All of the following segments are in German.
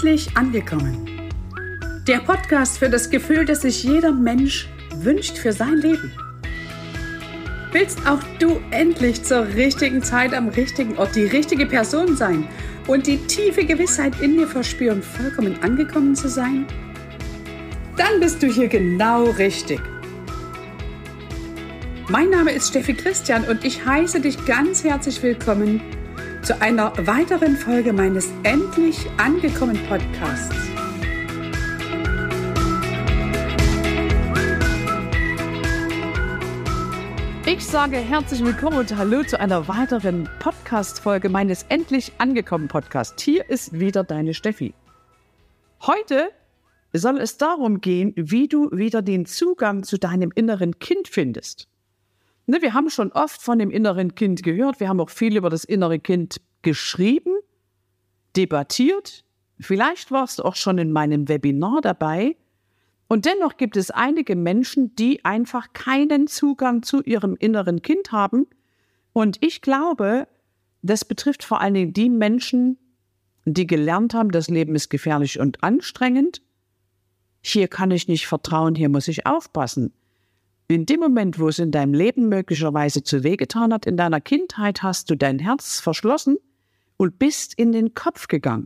Endlich angekommen. Der Podcast für das Gefühl, das sich jeder Mensch wünscht für sein Leben. Willst auch du endlich zur richtigen Zeit am richtigen Ort die richtige Person sein und die tiefe Gewissheit in dir verspüren, vollkommen angekommen zu sein? Dann bist du hier genau richtig. Mein Name ist Steffi Christian und ich heiße dich ganz herzlich willkommen zu einer weiteren Folge meines Endlich angekommen Podcasts. Ich sage herzlich willkommen und hallo zu einer weiteren Podcast-Folge meines Endlich angekommen Podcasts. Hier ist wieder deine Steffi. Heute soll es darum gehen, wie du wieder den Zugang zu deinem inneren Kind findest. Wir haben schon oft von dem inneren Kind gehört, wir haben auch viel über das innere Kind geschrieben, debattiert. Vielleicht warst du auch schon in meinem Webinar dabei. Und dennoch gibt es einige Menschen, die einfach keinen Zugang zu ihrem inneren Kind haben. Und ich glaube, das betrifft vor allen Dingen die Menschen, die gelernt haben, das Leben ist gefährlich und anstrengend. Hier kann ich nicht vertrauen, hier muss ich aufpassen. In dem Moment, wo es in deinem Leben möglicherweise zu weh getan hat, in deiner Kindheit hast du dein Herz verschlossen und bist in den Kopf gegangen.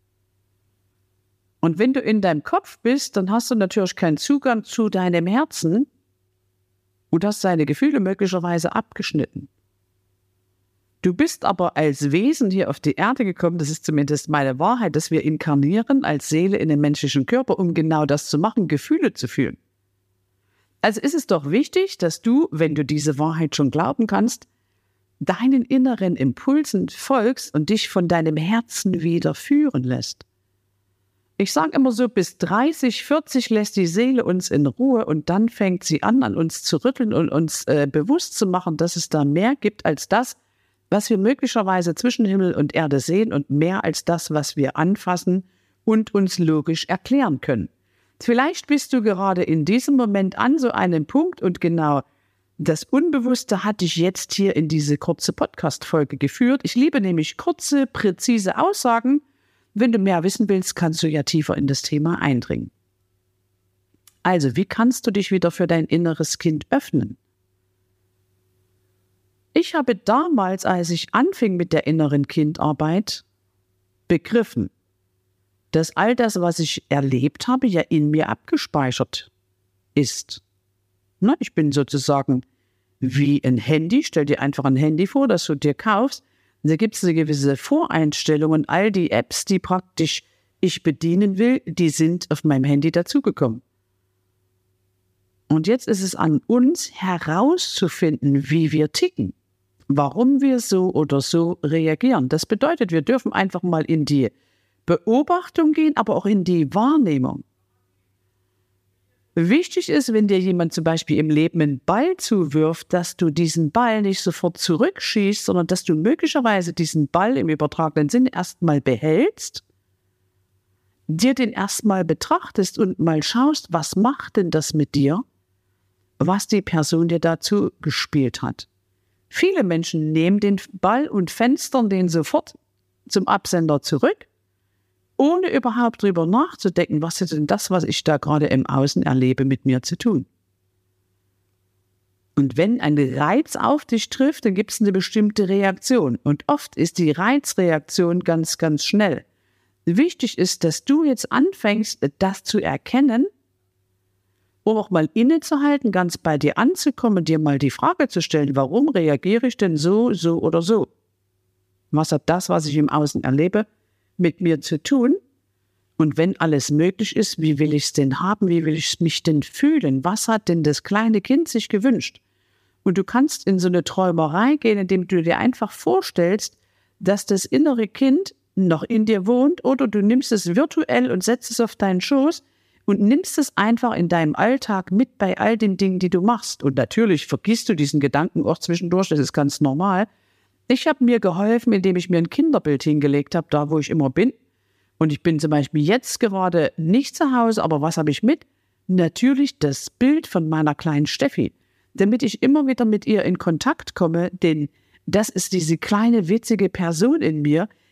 Und wenn du in deinem Kopf bist, dann hast du natürlich keinen Zugang zu deinem Herzen und hast deine Gefühle möglicherweise abgeschnitten. Du bist aber als Wesen hier auf die Erde gekommen, das ist zumindest meine Wahrheit, dass wir inkarnieren als Seele in den menschlichen Körper, um genau das zu machen, Gefühle zu fühlen. Also ist es doch wichtig, dass du, wenn du diese Wahrheit schon glauben kannst, deinen inneren Impulsen folgst und dich von deinem Herzen wieder führen lässt. Ich sage immer so, bis 30, 40 lässt die Seele uns in Ruhe und dann fängt sie an uns zu rütteln und uns bewusst zu machen, dass es da mehr gibt als das, was wir möglicherweise zwischen Himmel und Erde sehen und mehr als das, was wir anfassen und uns logisch erklären können. Vielleicht bist du gerade in diesem Moment an so einem Punkt und genau das Unbewusste hat dich jetzt hier in diese kurze Podcast-Folge geführt. Ich liebe nämlich kurze, präzise Aussagen. Wenn du mehr wissen willst, kannst du ja tiefer in das Thema eindringen. Also, wie kannst du dich wieder für dein inneres Kind öffnen? Ich habe damals, als ich anfing mit der inneren Kindarbeit, begriffen, dass all das, was ich erlebt habe, ja in mir abgespeichert ist. Ich bin sozusagen wie ein Handy. Stell dir einfach ein Handy vor, das du dir kaufst. Da gibt es eine gewisse Voreinstellung und all die Apps, die praktisch ich bedienen will, die sind auf meinem Handy dazugekommen. Und jetzt ist es an uns herauszufinden, wie wir ticken, warum wir so oder so reagieren. Das bedeutet, wir dürfen einfach mal in die Beobachtung gehen, aber auch in die Wahrnehmung. Wichtig ist, wenn dir jemand zum Beispiel im Leben einen Ball zuwirft, dass du diesen Ball nicht sofort zurückschießt, sondern dass du möglicherweise diesen Ball im übertragenen Sinne erstmal behältst, dir den erstmal betrachtest und mal schaust, was macht denn das mit dir, was die Person dir dazu gespielt hat. Viele Menschen nehmen den Ball und fenstern den sofort zum Absender zurück, ohne überhaupt drüber nachzudenken, was ist denn das, was ich da gerade im Außen erlebe, mit mir zu tun. Und wenn ein Reiz auf dich trifft, dann gibt es eine bestimmte Reaktion. Und oft ist die Reizreaktion ganz, ganz schnell. Wichtig ist, dass du jetzt anfängst, das zu erkennen, um auch mal innezuhalten, ganz bei dir anzukommen, dir mal die Frage zu stellen, warum reagiere ich denn so, so oder so? Was hat das, was ich im Außen erlebe, mit mir zu tun? Und wenn alles möglich ist, wie will ich es denn haben? Wie will ich mich denn fühlen? Was hat denn das kleine Kind sich gewünscht? Und du kannst in so eine Träumerei gehen, indem du dir einfach vorstellst, dass das innere Kind noch in dir wohnt oder du nimmst es virtuell und setzt es auf deinen Schoß und nimmst es einfach in deinem Alltag mit bei all den Dingen, die du machst. Und natürlich vergisst du diesen Gedanken auch zwischendurch, das ist ganz normal. Ich habe mir geholfen, indem ich mir ein Kinderbild hingelegt habe, da wo ich immer bin. Und ich bin zum Beispiel jetzt gerade nicht zu Hause, aber was habe ich mit? Natürlich das Bild von meiner kleinen Steffi, damit ich immer wieder mit ihr in Kontakt komme, denn das ist diese kleine, witzige Person in mir,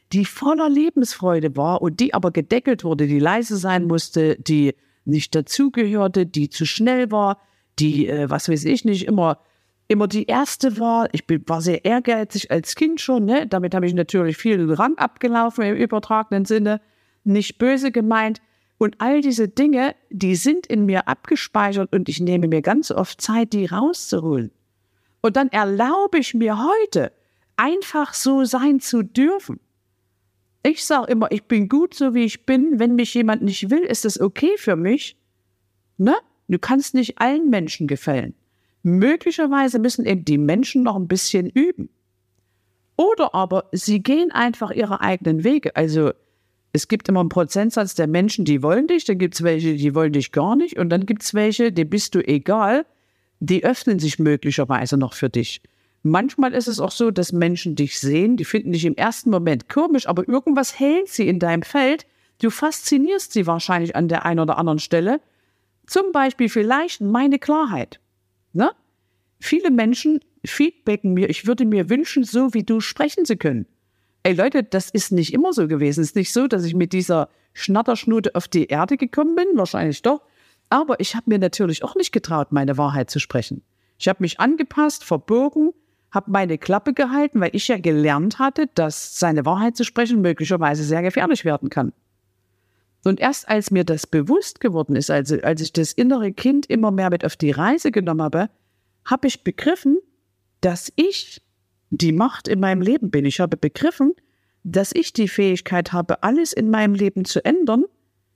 die voller Lebensfreude war und die aber gedeckelt wurde, die leise sein musste, die nicht dazugehörte, die zu schnell war, die, was weiß ich nicht, immer die Erste war. War sehr ehrgeizig als Kind schon, ne? Damit habe ich natürlich viel Rang abgelaufen im übertragenen Sinne, nicht böse gemeint. Und all diese Dinge, die sind in mir abgespeichert und ich nehme mir ganz oft Zeit, die rauszuholen. Und dann erlaube ich mir heute, einfach so sein zu dürfen. Ich sage immer, ich bin gut, so wie ich bin. Wenn mich jemand nicht will, ist es okay für mich. Ne? Du kannst nicht allen Menschen gefallen. Möglicherweise müssen eben die Menschen noch ein bisschen üben. Oder aber sie gehen einfach ihre eigenen Wege. Also es gibt immer einen Prozentsatz der Menschen, die wollen dich, dann gibt es welche, die wollen dich gar nicht und dann gibt es welche, denen bist du egal, die öffnen sich möglicherweise noch für dich. Manchmal ist es auch so, dass Menschen dich sehen, die finden dich im ersten Moment komisch, aber irgendwas hält sie in deinem Feld. Du faszinierst sie wahrscheinlich an der einen oder anderen Stelle. Zum Beispiel vielleicht meine Klarheit. Ne? Viele Menschen feedbacken mir, ich würde mir wünschen, so wie du sprechen zu können. Ey Leute, das ist nicht immer so gewesen. Es ist nicht so, dass ich mit dieser Schnatterschnute auf die Erde gekommen bin, wahrscheinlich doch. Aber ich habe mir natürlich auch nicht getraut, meine Wahrheit zu sprechen. Ich habe mich angepasst, verbogen, habe meine Klappe gehalten, weil ich ja gelernt hatte, dass seine Wahrheit zu sprechen möglicherweise sehr gefährlich werden kann. Und erst als mir das bewusst geworden ist, also als ich das innere Kind immer mehr mit auf die Reise genommen habe, habe ich begriffen, dass ich die Macht in meinem Leben bin. Ich habe begriffen, dass ich die Fähigkeit habe, alles in meinem Leben zu ändern,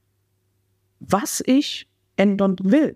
was ich ändern will.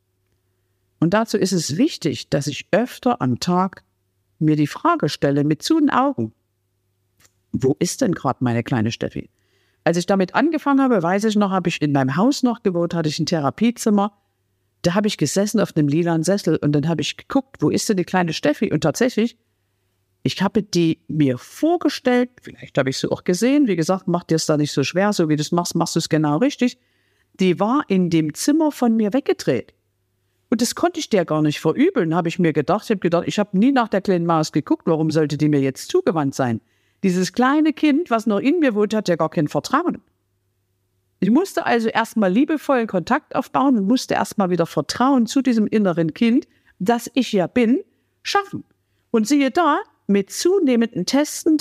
Und dazu ist es wichtig, dass ich öfter am Tag mir die Frage stelle, mit zu den Augen, wo ist denn gerade meine kleine Steffi? Als ich damit angefangen habe, weiß ich noch, habe ich in meinem Haus noch gewohnt, hatte ich ein Therapiezimmer. Da habe ich gesessen auf einem lilanen Sessel und dann habe ich geguckt, wo ist denn die kleine Steffi? Und tatsächlich, ich habe die mir vorgestellt, vielleicht habe ich sie auch gesehen, wie gesagt, mach dir es da nicht so schwer, so wie du es machst, machst du es genau richtig. Die war in dem Zimmer von mir weggedreht. Und das konnte ich dir gar nicht verübeln, habe ich mir gedacht. Ich habe nie nach der kleinen Maus geguckt, warum sollte die mir jetzt zugewandt sein? Dieses kleine Kind, was noch in mir wohnt, hat ja gar kein Vertrauen. Ich musste also erstmal liebevollen Kontakt aufbauen und musste erstmal wieder Vertrauen zu diesem inneren Kind, das ich ja bin, schaffen. Und siehe da, mit zunehmendem Testen,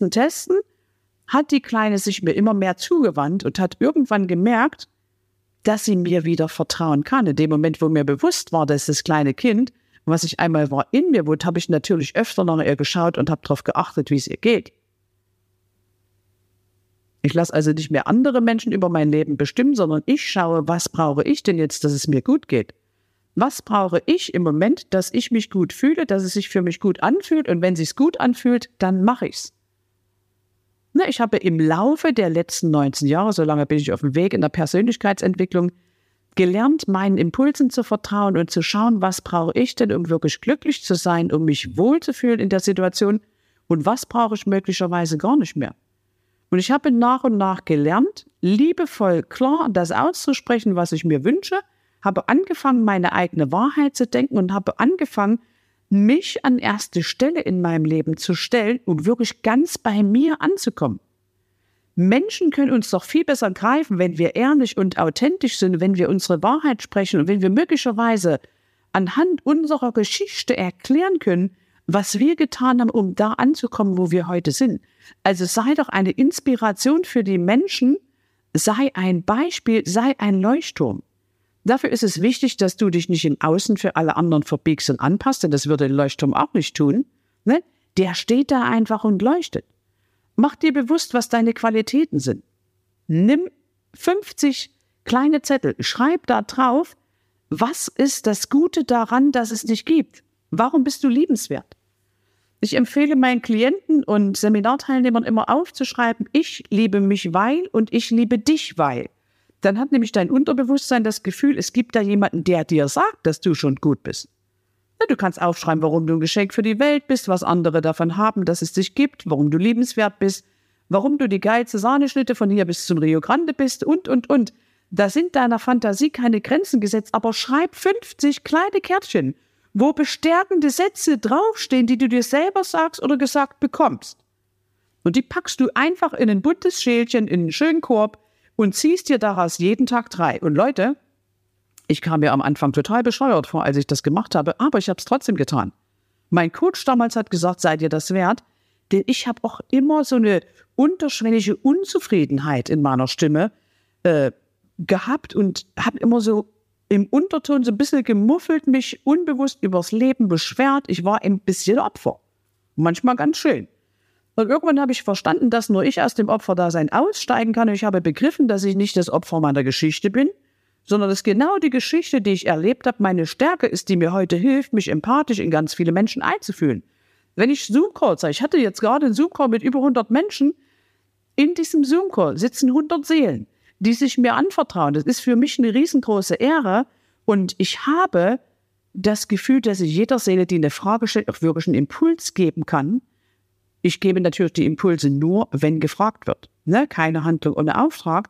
hat die Kleine sich mir immer mehr zugewandt und hat irgendwann gemerkt, dass sie mir wieder vertrauen kann. In dem Moment, wo mir bewusst war, dass das kleine Kind, was ich einmal war, in mir wohnt, habe ich natürlich öfter nach ihr geschaut und habe darauf geachtet, wie es ihr geht. Ich lasse also nicht mehr andere Menschen über mein Leben bestimmen, sondern ich schaue, was brauche ich denn jetzt, dass es mir gut geht? Was brauche ich im Moment, dass ich mich gut fühle, dass es sich für mich gut anfühlt? Und wenn es sich gut anfühlt, dann mache ich es. Ich habe im Laufe der letzten 19 Jahre, so lange bin ich auf dem Weg in der Persönlichkeitsentwicklung, gelernt, meinen Impulsen zu vertrauen und zu schauen, was brauche ich denn, um wirklich glücklich zu sein, um mich wohlzufühlen in der Situation und was brauche ich möglicherweise gar nicht mehr. Und ich habe nach und nach gelernt, liebevoll klar das auszusprechen, was ich mir wünsche, habe angefangen, meine eigene Wahrheit zu denken und habe angefangen, mich an erste Stelle in meinem Leben zu stellen und wirklich ganz bei mir anzukommen. Menschen können uns doch viel besser greifen, wenn wir ehrlich und authentisch sind, wenn wir unsere Wahrheit sprechen und wenn wir möglicherweise anhand unserer Geschichte erklären können, was wir getan haben, um da anzukommen, wo wir heute sind. Also sei doch eine Inspiration für die Menschen, sei ein Beispiel, sei ein Leuchtturm. Dafür ist es wichtig, dass du dich nicht im Außen für alle anderen verbiegst und anpasst, denn das würde ein Leuchtturm auch nicht tun. Ne? Der steht da einfach und leuchtet. Mach dir bewusst, was deine Qualitäten sind. Nimm 50 kleine Zettel, schreib da drauf, was ist das Gute daran, dass es dich gibt? Warum bist du liebenswert? Ich empfehle meinen Klienten und Seminarteilnehmern immer aufzuschreiben, ich liebe mich weil und ich liebe dich weil. Dann hat nämlich dein Unterbewusstsein das Gefühl, es gibt da jemanden, der dir sagt, dass du schon gut bist. Du kannst aufschreiben, warum du ein Geschenk für die Welt bist, was andere davon haben, dass es dich gibt, warum du liebenswert bist, warum du die geilste Sahneschnitte von hier bis zum Rio Grande bist und. Da sind deiner Fantasie keine Grenzen gesetzt, aber schreib 50 kleine Kärtchen, wo bestärkende Sätze draufstehen, die du dir selber sagst oder gesagt bekommst. Und die packst du einfach in ein buntes Schälchen, in einen schönen Korb und ziehst dir daraus jeden Tag 3. Und Leute, ich kam mir am Anfang total bescheuert vor, als ich das gemacht habe, aber ich habe es trotzdem getan. Mein Coach damals hat gesagt, seid ihr das wert? Denn ich habe auch immer so eine unterschwellige Unzufriedenheit in meiner Stimme gehabt und habe immer so im Unterton so ein bisschen gemuffelt, mich unbewusst übers Leben beschwert. Ich war ein bisschen Opfer. Manchmal ganz schön. Und irgendwann habe ich verstanden, dass nur ich aus dem Opferdasein aussteigen kann. Und ich habe begriffen, dass ich nicht das Opfer meiner Geschichte bin, sondern dass genau die Geschichte, die ich erlebt habe, meine Stärke ist, die mir heute hilft, mich empathisch in ganz viele Menschen einzufühlen. Wenn ich Zoom-Call zeige, ich hatte jetzt gerade einen Zoom-Call mit über 100 Menschen, in diesem Zoom-Call sitzen 100 Seelen, die sich mir anvertrauen. Das ist für mich eine riesengroße Ehre und ich habe das Gefühl, dass ich jeder Seele, die eine Frage stellt, auch wirklich einen Impuls geben kann. Ich gebe natürlich die Impulse nur, wenn gefragt wird. Ne? Keine Handlung ohne Auftrag.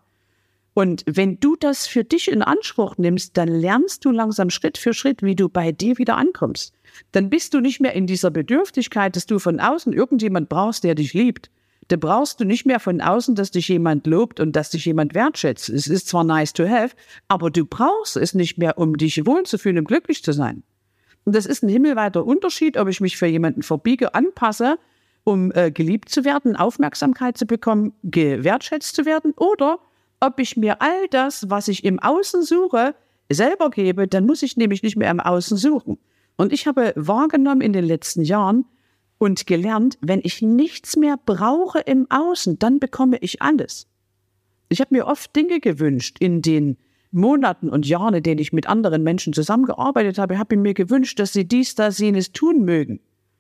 Und wenn du das für dich in Anspruch nimmst, dann lernst du langsam Schritt für Schritt, wie du bei dir wieder ankommst. Dann bist du nicht mehr in dieser Bedürftigkeit, dass du von außen irgendjemand brauchst, der dich liebt. Da brauchst du nicht mehr von außen, dass dich jemand lobt und dass dich jemand wertschätzt. Es ist zwar nice to have, aber du brauchst es nicht mehr, um dich wohlzufühlen und glücklich zu sein. Und das ist ein himmelweiter Unterschied, ob ich mich für jemanden verbiege, anpasse, um geliebt zu werden, Aufmerksamkeit zu bekommen, gewertschätzt zu werden, oder ob ich mir all das, was ich im Außen suche, selber gebe, dann muss ich nämlich nicht mehr im Außen suchen. Und ich habe wahrgenommen in den letzten Jahren und gelernt, wenn ich nichts mehr brauche im Außen, dann bekomme ich alles. Ich habe mir oft Dinge gewünscht in den Monaten und Jahren, in denen ich mit anderen Menschen zusammengearbeitet habe, habe ich mir gewünscht, dass sie dies, das, jenes tun mögen.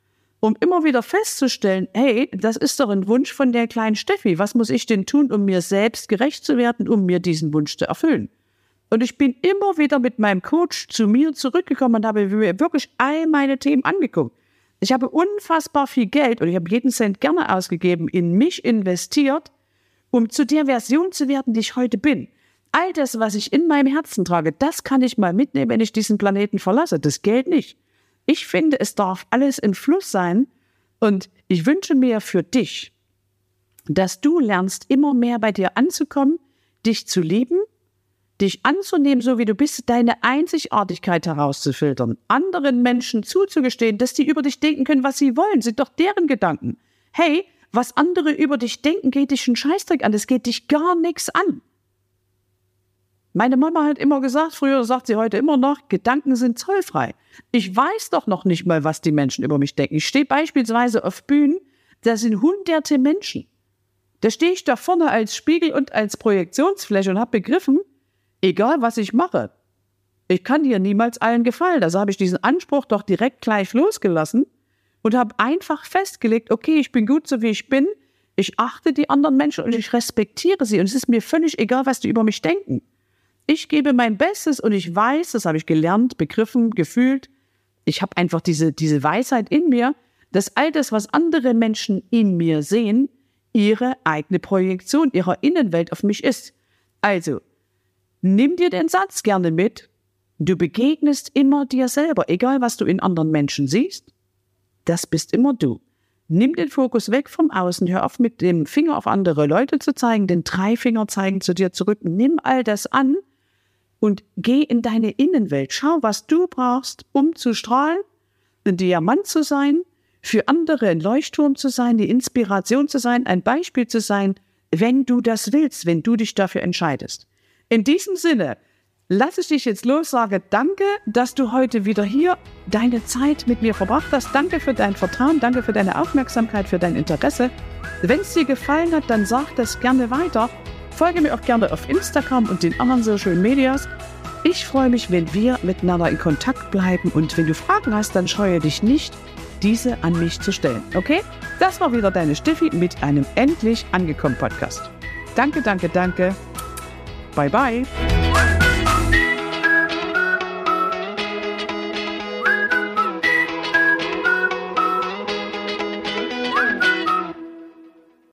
Um immer wieder festzustellen, hey, das ist doch ein Wunsch von der kleinen Steffi. Was muss ich denn tun, um mir selbst gerecht zu werden, um mir diesen Wunsch zu erfüllen? Und ich bin immer wieder mit meinem Coach zu mir zurückgekommen und habe mir wirklich all meine Themen angeguckt. Ich habe unfassbar viel Geld und ich habe jeden Cent gerne ausgegeben, in mich investiert, um zu der Version zu werden, die ich heute bin. All das, was ich in meinem Herzen trage, das kann ich mal mitnehmen, wenn ich diesen Planeten verlasse. Das Geld nicht. Ich finde, es darf alles in Fluss sein und ich wünsche mir für dich, dass du lernst, immer mehr bei dir anzukommen, dich zu lieben, dich anzunehmen, so wie du bist, deine Einzigartigkeit herauszufiltern, anderen Menschen zuzugestehen, dass die über dich denken können, was sie wollen, sind doch deren Gedanken. Hey, was andere über dich denken, geht dich einen Scheißdreck an, es geht dich gar nichts an. Meine Mama hat immer gesagt, früher sagt sie heute immer noch, Gedanken sind zollfrei. Ich weiß doch noch nicht mal, was die Menschen über mich denken. Ich stehe beispielsweise auf Bühnen, da sind hunderte Menschen. Da stehe ich da vorne als Spiegel und als Projektionsfläche und habe begriffen, egal was ich mache, ich kann hier niemals allen gefallen. Also habe ich diesen Anspruch doch direkt gleich losgelassen und habe einfach festgelegt, okay, ich bin gut so wie ich bin, ich achte die anderen Menschen und ich respektiere sie und es ist mir völlig egal, was die über mich denken. Ich gebe mein Bestes und ich weiß, das habe ich gelernt, begriffen, gefühlt. Ich habe einfach diese Weisheit in mir, dass all das, was andere Menschen in mir sehen, ihre eigene Projektion ihrer Innenwelt auf mich ist. Also, nimm dir den Satz gerne mit. Du begegnest immer dir selber, egal was du in anderen Menschen siehst. Das bist immer du. Nimm den Fokus weg vom Außen, hör auf mit dem Finger auf andere Leute zu zeigen, den 3 Finger zeigen zu dir zurück. Nimm all das an. Und geh in deine Innenwelt. Schau, was du brauchst, um zu strahlen, ein Diamant zu sein, für andere ein Leuchtturm zu sein, die Inspiration zu sein, ein Beispiel zu sein, wenn du das willst, wenn du dich dafür entscheidest. In diesem Sinne, lass ich dich jetzt los, sage danke, dass du heute wieder hier deine Zeit mit mir verbracht hast. Danke für dein Vertrauen, danke für deine Aufmerksamkeit, für dein Interesse. Wenn es dir gefallen hat, dann sag das gerne weiter. Folge mir auch gerne auf Instagram und den anderen Social Medias. Ich freue mich, wenn wir miteinander in Kontakt bleiben und wenn du Fragen hast, dann scheue dich nicht, diese an mich zu stellen. Okay? Das war wieder deine Steffi mit einem Endlich angekommen Podcast. Danke, danke, danke. Bye, bye.